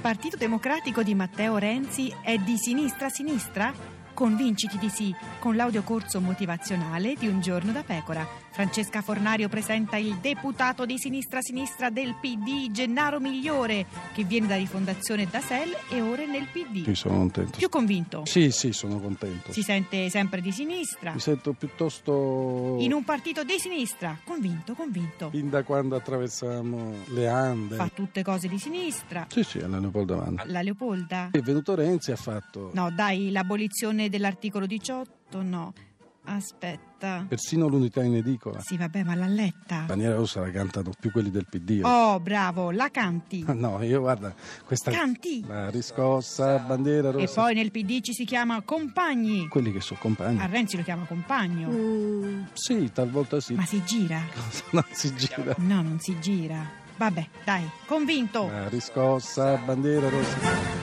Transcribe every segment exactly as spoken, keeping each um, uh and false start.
Partito Democratico di Matteo Renzi è di sinistra-sinistra? Convinciti di sì con l'audiocorso motivazionale di Un giorno da pecora. Francesca Fornario presenta il deputato di sinistra-sinistra del P D, Gennaro Migliore, che viene da Rifondazione da S E L e ora è nel P D. Sì, sono contento. Più convinto? Sì, sì, sono contento. Si sente sempre di sinistra? Mi sento piuttosto... In un partito di sinistra? Convinto, convinto. Fin da quando attraversiamo le Ande. Fa tutte cose di sinistra? Sì, sì, alla Leopolda Vanna. La Leopolda? È venuto Renzi, ha fatto... No, dai, l'abolizione dell'articolo diciotto, no. Aspetta. Persino l'unità in edicola. Sì, vabbè, ma l'ha letta. Bandiera rossa la cantano più quelli del P D. Oh, bravo, la canti. Ah, no, io guarda, questa... Canti. La riscossa, bandiera rossa. E poi nel P D ci si chiama compagni. Quelli che sono compagni. A Renzi lo chiama compagno. Mm, sì, talvolta sì. Ma si gira? Non si gira. No, non si gira. Vabbè, dai, convinto. La riscossa, bandiera rossa.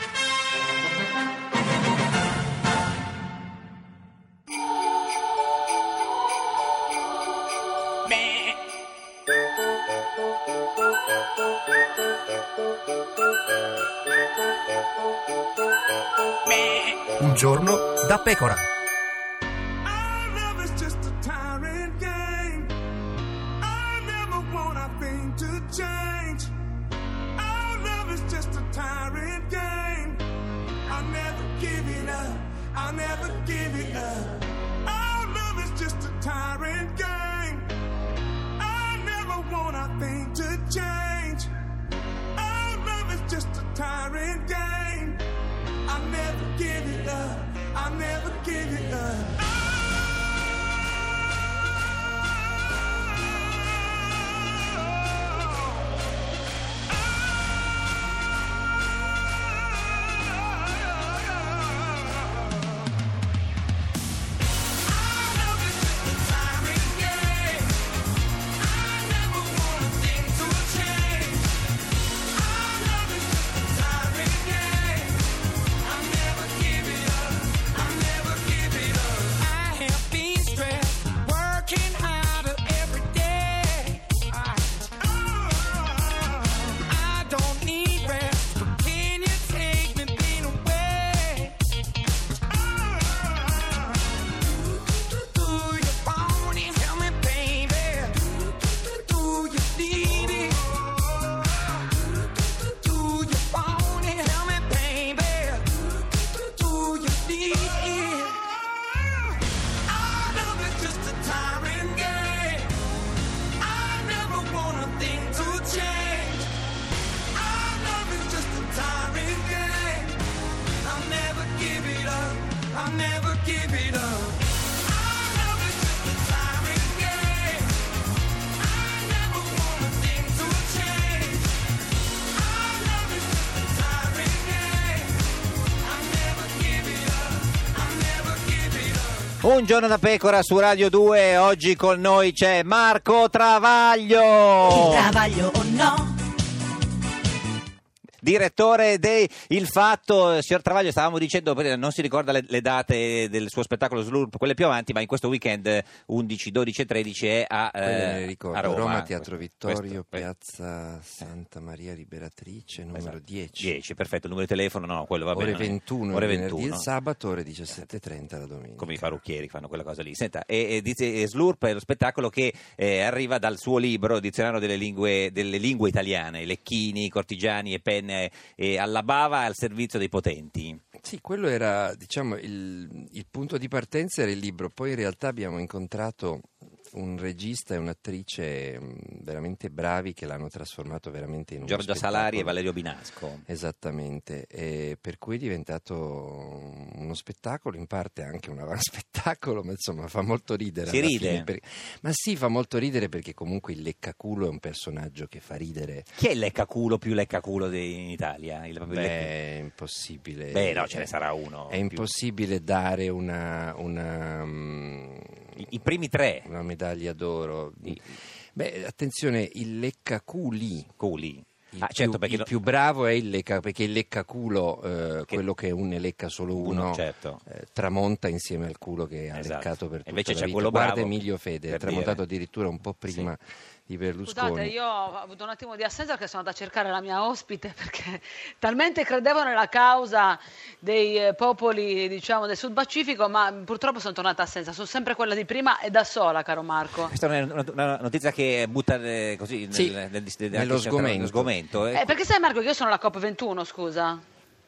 Un giorno da pecora. Un giorno da pecora su Radio due, oggi con noi c'è Marco Travaglio. Il Travaglio o no? Direttore de Il Fatto. Signor Travaglio, stavamo dicendo, non si ricorda le, le date del suo spettacolo Slurp, quelle più avanti, ma in questo weekend undici, dodici e tredici è a, eh, ricordo, a Roma. Roma Teatro Vittorio, questo, piazza Santa Maria Liberatrice, numero esatto. dieci. dieci, perfetto, il numero di telefono, no, quello va bene. Ore ventuno, ore il venerdì, ventuno. il sabato, ore diciassette e trenta la domenica. Come i parrucchieri fanno quella cosa lì. Senta, e, e dice Slurp è lo spettacolo che eh, arriva dal suo libro, Dizionario delle lingue, delle lingue italiane, Lecchini, Cortigiani e Penne e alla bava al servizio dei potenti. Sì, quello era, diciamo, il, il punto di partenza era il libro, poi in realtà abbiamo incontrato un regista e un'attrice veramente bravi che l'hanno trasformato veramente in uno Giorgia spettacolo. Salari e Valerio Binasco. Esattamente, e per cui è diventato uno spettacolo, in parte anche un avanspettacolo, ma insomma fa molto ridere. Si ride? Per... Ma sì, fa molto ridere perché comunque il Leccaculo è un personaggio che fa ridere. Chi è il leccaculo più leccaculo di, in Italia? Il, Beh, è impossibile. Beh, no, ce ne sarà uno. È impossibile dare una... una um, I, I primi tre. Una medaglia d'oro. Beh, attenzione, il Leccaculi. Culi. Il, ah, certo, più, perché il lo... più bravo è il lecca, perché il leccaculo, eh, che... quello che un ne lecca solo uno, uno certo. eh, tramonta insieme al culo che ha esatto. leccato per tutta Invece la c'è vita. quello Guarda bravo, Emilio Fede, è tramontato dire. addirittura un po' prima sì. di Berlusconi. Scusate, io ho avuto un attimo di assenza perché sono andata a cercare la mia ospite, perché talmente credevo nella causa dei eh, popoli, diciamo, del Sud Pacifico, ma purtroppo sono tornata assenza. Sono sempre quella di prima e da sola, caro Marco. Questa è una, una notizia che butta eh, così nel, Sì, nel, nel, nello nel- sgomento. nello sgomento, eh. Eh, perché sai, Marco, che io sono alla COP ventuno, scusa.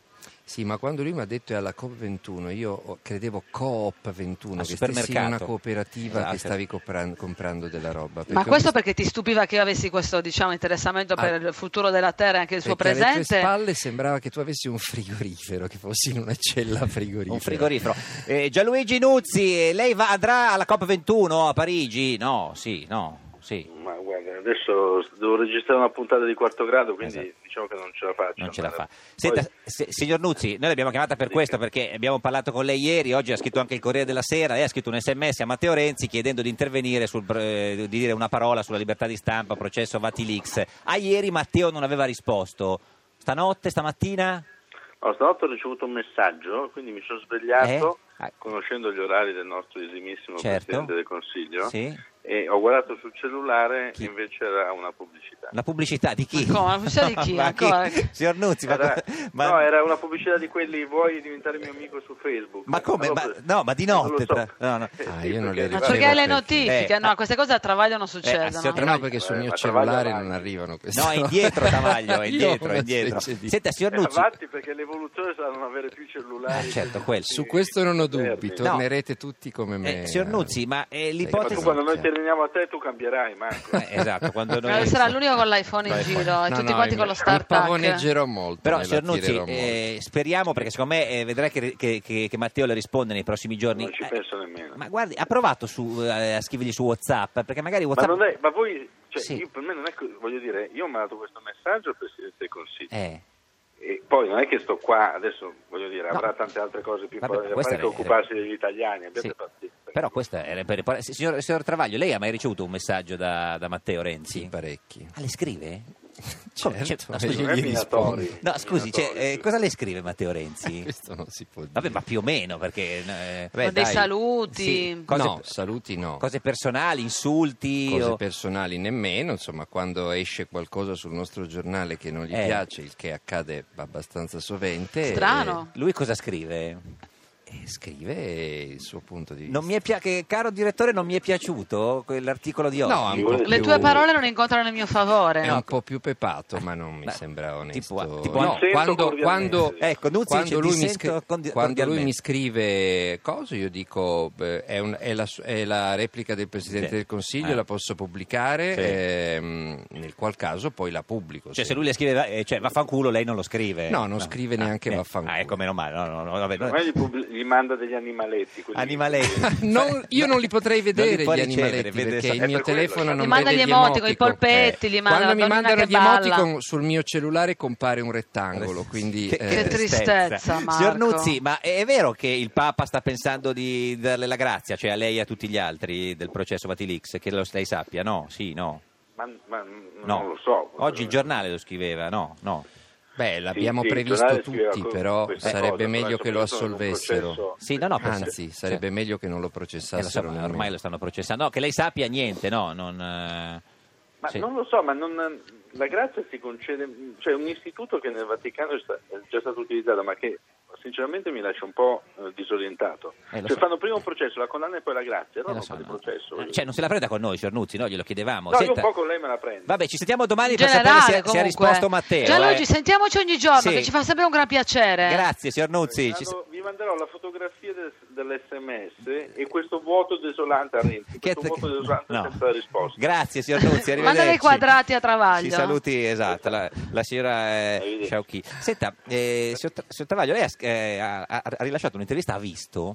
Sì, ma quando lui mi ha detto è alla COP ventuno, io ho- credevo Coop ventuno, Al che stessi in supermercato. una cooperativa Esatto. che stavi compran- comprando della roba. Ma perché ho questo visto- perché ti stupiva che io avessi questo, diciamo, interessamento Ah, per il futuro della Terra e anche il suo perché alle tue presente? spalle sembrava che tu avessi un frigorifero, che fossi in una cella frigorifera. Un frigorifero. Eh, Gianluigi Nuzzi, eh, lei va, andrà alla COP ventuno a Parigi? No, sì, no, sì. Ma guarda, adesso devo registrare una puntata di quarto grado, quindi Esatto. diciamo che non ce la faccio. Non ce la fa. Poi- Senta, se- signor Nuzzi, noi l'abbiamo chiamata per questo, perché abbiamo parlato con lei ieri, oggi ha scritto anche il Corriere della Sera, lei ha scritto un sms a Matteo Renzi chiedendo di intervenire, sul, eh, di dire una parola sulla libertà di stampa, processo Vatilix. A ieri Matteo non aveva risposto. Stanotte, stamattina? No, stanotte ho ricevuto un messaggio, quindi mi sono svegliato, Eh? Ah. conoscendo gli orari del nostro esimissimo Certo. Presidente del Consiglio, Sì. e ho guardato sul cellulare Chi? e invece era una pubblicità. La pubblicità di chi? Ma come? La pubblicità di chi? Ma Ancora? Signor Nuzzi, ma, Era, ma- no, era una pubblicità di quelli vuoi diventare mio amico su Facebook. ma come? Allora, Ma- no, ma di non lo notte? so. tra- no, no. Eh, Ah, sì, io non perché le Ma arriva- ricevo. perché hai le perché- notifiche? Eh, no, queste cose a Travaglio non eh, succedono. signor Eh no, perché sul Eh, mio ma cellulare Travaglio non avanti. arrivano queste No, è robe. indietro Travaglio, è Io ho indietro, è una indietro. specie di- Senta, signor Eh, Nuzzi, avanti, perché l'evoluzione sarà non avere più cellulari. Eh, certo, quello. Su questo non ho dubbi, Moderni. tornerete tutti come me. eh, signor Nuzzi, ma eh, Sì, Ma l'ipotesi... tu quando noi terminiamo a te tu cambierai, Marco. Eh, esatto, quando noi... Eh, sarà l'unico con l'iPhone in L'iPhone. giro e No, tutti no, quanti mi- con lo mi StarTac. pavoneggerò molto. Però, me la signor Nuzzi, tirerò molto. eh, speriamo, perché secondo me eh, vedrai che, che- che- che Matteo le risponde nei prossimi giorni. Non ci Eh, penso nemmeno. ma guardi, ha provato su, eh, a scrivergli su WhatsApp, perché magari Ma, WhatsApp... non è, ma voi, cioè, Sì. io, per me non è che, voglio dire, io ho mandato questo messaggio al Presidente del Consiglio. Eh, E poi non è che sto qua, adesso voglio dire, No. avrà tante altre cose più Vabbè, da fare questa che era- occuparsi degli italiani. Abbiate sì. pazienza. Però questa era per... per- signor, signor Travaglio, lei ha mai ricevuto un messaggio da, da Matteo Renzi? Sì, parecchi. Ah, le scrive? Come? Certo, Cioè, no, scusi, io non è gli minatori. rispondo. no, scusi, cioè, eh, cosa le scrive Matteo Renzi? Questo non si può dire. Vabbè, ma più o meno, perché... eh, Beh, Con dei dai. saluti. sì, cose, No, saluti no. cose personali, insulti... Cose o- personali nemmeno, insomma, quando esce qualcosa sul nostro giornale che non gli Eh. piace, il che accade abbastanza sovente, Strano. Lui cosa scrive? eh, scrive il suo punto di vista. Non mi è pia- che, caro direttore, non mi è piaciuto quell'articolo di oggi. No, un po' Le più- tue parole non incontrano il mio favore. è un po' più pepato, ma non mi Ma- sembra onesto. tipo- tipo- No, Sento quando, cordialmente. quando, Ecco, Nuzzi quando dice, lui, "Ti mi sento scri- condi- quando lui mi cordialmente". scrive cose, io dico beh, è, un- è la, su- è la replica del Presidente Sì. del Consiglio, Ah. la posso pubblicare, Sì. ehm, nel qual caso poi la pubblico. Cioè, sì. se lui le scrive, eh, cioè, vaffanculo, lei non lo scrive. No, non scrive neanche eh, vaffanculo. Ah, ecco, meno male. No, no, no, vabbè, no. Secondo me gli, pubblic- gli manda degli animaletti. quelli- Animaletti. Non- io non li potrei Non li vedere può gli ricevere, animaletti vede perché solo- il È mio per quello, telefono cioè. non Gli manda vede gli emoti, i polpetti, Eh. gli manda Quando la mi donnina mandano che gli balla. emoticon sul mio cellulare compare un rettangolo, quindi Che, eh, Che tristezza, Marco. Signor Nuzzi, ma è vero che il Papa sta pensando di darle la grazia, cioè a lei e a tutti gli altri del processo Vatilix, che lo lei sappia? No, sì, no. Ma, ma No. non lo so. Oggi il giornale lo scriveva, no, no. beh, l'abbiamo Sì, sì, il previsto giornale scriveva tutti, co- però questa sarebbe cosa, meglio però che lo adesso sono in un assolvessero. processo- Sì, no, no, pensa- Anzi, sarebbe cioè- meglio che non lo Eh, lo so, processassero ma nemmeno. ormai lo stanno processando. No, che lei sappia niente, no, non... eh, Ma sì. non lo so, ma non, la grazia si concede, cioè un istituto che nel Vaticano è, sta- è già stato utilizzato, ma che sinceramente mi lascia un po' eh, disorientato. Eh, lo cioè so. fanno prima un processo, la condanna e poi la grazia, Eh, no? lo Non so, fa di no. processo. Eh, cioè, non se la prenda con noi, signor Nuzzi, no? Glielo chiedevamo. no, io Senta- un po' con lei me la prendo. Vabbè, ci sentiamo domani In per sapere generale, se, se ha comunque. risposto Matteo. Gianluigi, eh. sentiamoci ogni giorno, Sì. che ci fa sempre un gran piacere. Grazie, signor Nuzzi. Ci- Vado- vi manderò la fotografia del, dell'esse emme esse e questo vuoto desolante a Renzi, questo Che- vuoto desolante no. senza risposta. Grazie, signor Nuzzi, arrivederci. Manda dei quadrati a Travaglio. Ci saluti, esatto, la, la signora eh, Arrivederci. Sciauchi. Senta, eh, signor, Tra- signor Travaglio, lei ha, eh, ha- ha rilasciato un'intervista a Visto?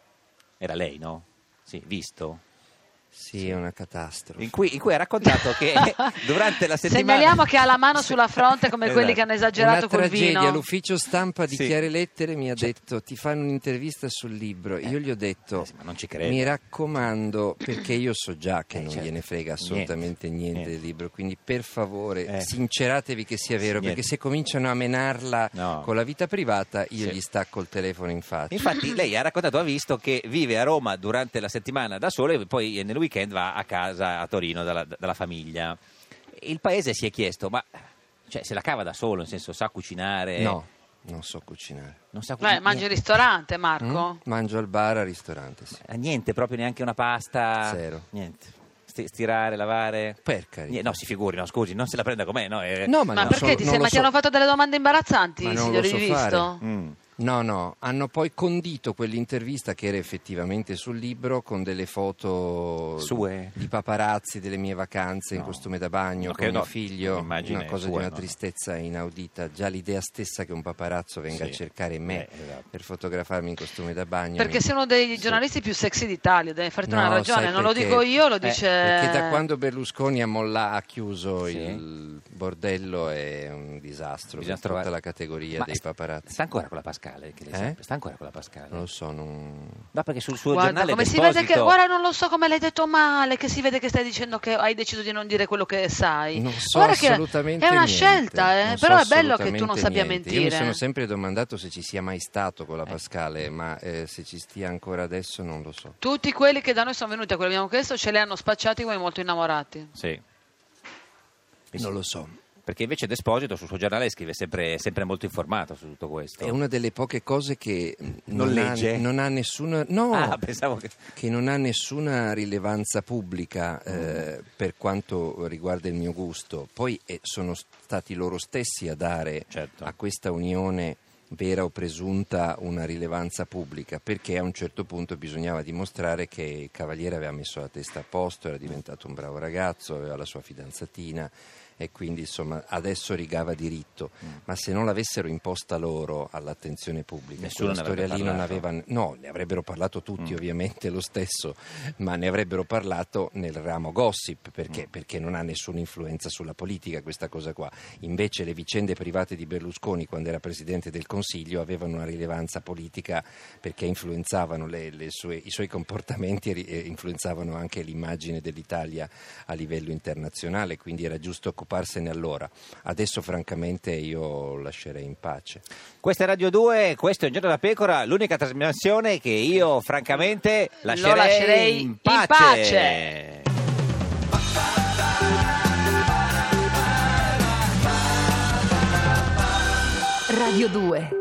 Era lei, no? Sì, Visto. Sì, è una catastrofe. In cui, in cui ha raccontato che durante la settimana... Segnaliamo che ha la mano sulla fronte come Esatto. quelli che hanno esagerato Una col tragedia, vino. l'ufficio stampa di Sì. Chiare Lettere mi ha Cioè- detto ti fanno un'intervista sul libro, io gli ho detto Eh sì, ma non ci credo. mi raccomando, perché io so già che Eh, non certo. gliene frega assolutamente niente, Niente. del libro, quindi per favore Eh. sinceratevi che sia vero, Niente. perché se cominciano a menarla No. con la vita privata io Sì. gli stacco il telefono in faccia. Infatti lei ha raccontato, ha visto che vive a Roma durante la settimana da solo e poi nelle weekend va a casa a Torino dalla, dalla famiglia. Il paese si è chiesto, ma cioè, se la cava da solo, nel senso sa cucinare? No, non so cucinare. Non sa Beh, cucinare? mangi al ristorante, Marco? Mm? Mangio al bar, al ristorante, sì. Eh, Niente, proprio neanche una pasta? Zero. Niente. Sti- Stirare, lavare? Per carità. Niente, no, si figuri, no, scusi, non se la prenda com'è, no? Eh, No, Ma non perché so- ti, non sei, lo ma ti so. hanno fatto delle domande imbarazzanti, Ma non signori lo so di visto? mm. No, no, hanno poi condito quell'intervista che era effettivamente sul libro con delle foto Sue? di paparazzi delle mie vacanze in No. costume da bagno No, con che mio no, figlio, immagine una cosa sua, di una no. tristezza inaudita. Già l'idea stessa che un paparazzo venga Sì. a cercare me Eh, esatto. per fotografarmi in costume da bagno. Perché mi- sei uno dei giornalisti più sexy d'Italia, devi farti una No, ragione, sai non lo perché? dico io, lo Eh, dice... Perché da quando Berlusconi ha, molla- ha chiuso Sì. il bordello è un disastro Bisogna per tutta trovare- la categoria Ma dei sta- paparazzi. Sta ancora con la Pascale? Che lei Eh? sempre- Sta ancora con la Pascale? Non lo so, non... No, perché sul suo Guarda, giornale come si D'Esposito... vede che, guarda, non lo so come l'hai detto male, che si vede che stai dicendo che hai deciso di non dire quello che sai. Non so Guarda che assolutamente è una niente. scelta, eh, Non so però è bello che tu non assolutamente sappia niente. mentire. Io mi sono sempre domandato se ci sia mai stato con la Pascale, ma eh, se ci stia ancora adesso non lo so. Tutti quelli che da noi sono venuti a quello che abbiamo chiesto ce li hanno spacciati come molto innamorati. Sì. Non lo so. Perché invece D'Esposito sul suo giornale scrive sempre, sempre molto informato su tutto questo. È una delle poche cose che Non non, legge? ha, non ha nessuna no, Ah, pensavo che... che non ha nessuna rilevanza pubblica eh, per quanto riguarda il mio gusto. Poi eh, sono stati loro stessi a dare Certo. a questa unione vera o presunta una rilevanza pubblica, perché a un certo punto bisognava dimostrare che il Cavaliere aveva messo la testa a posto, era diventato un bravo ragazzo, aveva la sua fidanzatina e quindi insomma adesso rigava diritto, Mm. ma se non l'avessero imposta loro all'attenzione pubblica, Nessuno quella ne avrebbe storia lì non parlato. aveva, no, ne avrebbero parlato tutti Mm. ovviamente lo stesso, ma ne avrebbero parlato nel ramo gossip, perché, Mm. perché non ha nessuna influenza sulla politica questa cosa qua. Invece le vicende private di Berlusconi quando era Presidente del Consiglio avevano una rilevanza politica perché influenzavano le, le sue, i suoi comportamenti e ri- e influenzavano anche l'immagine dell'Italia a livello internazionale, quindi era giusto occuparsene allora. Adesso francamente io lascerei in pace. Questa è Radio due, questo è Un Giorno da Pecora, l'unica trasmissione che io francamente lascerei, lascerei in in pace. pace. Radio due.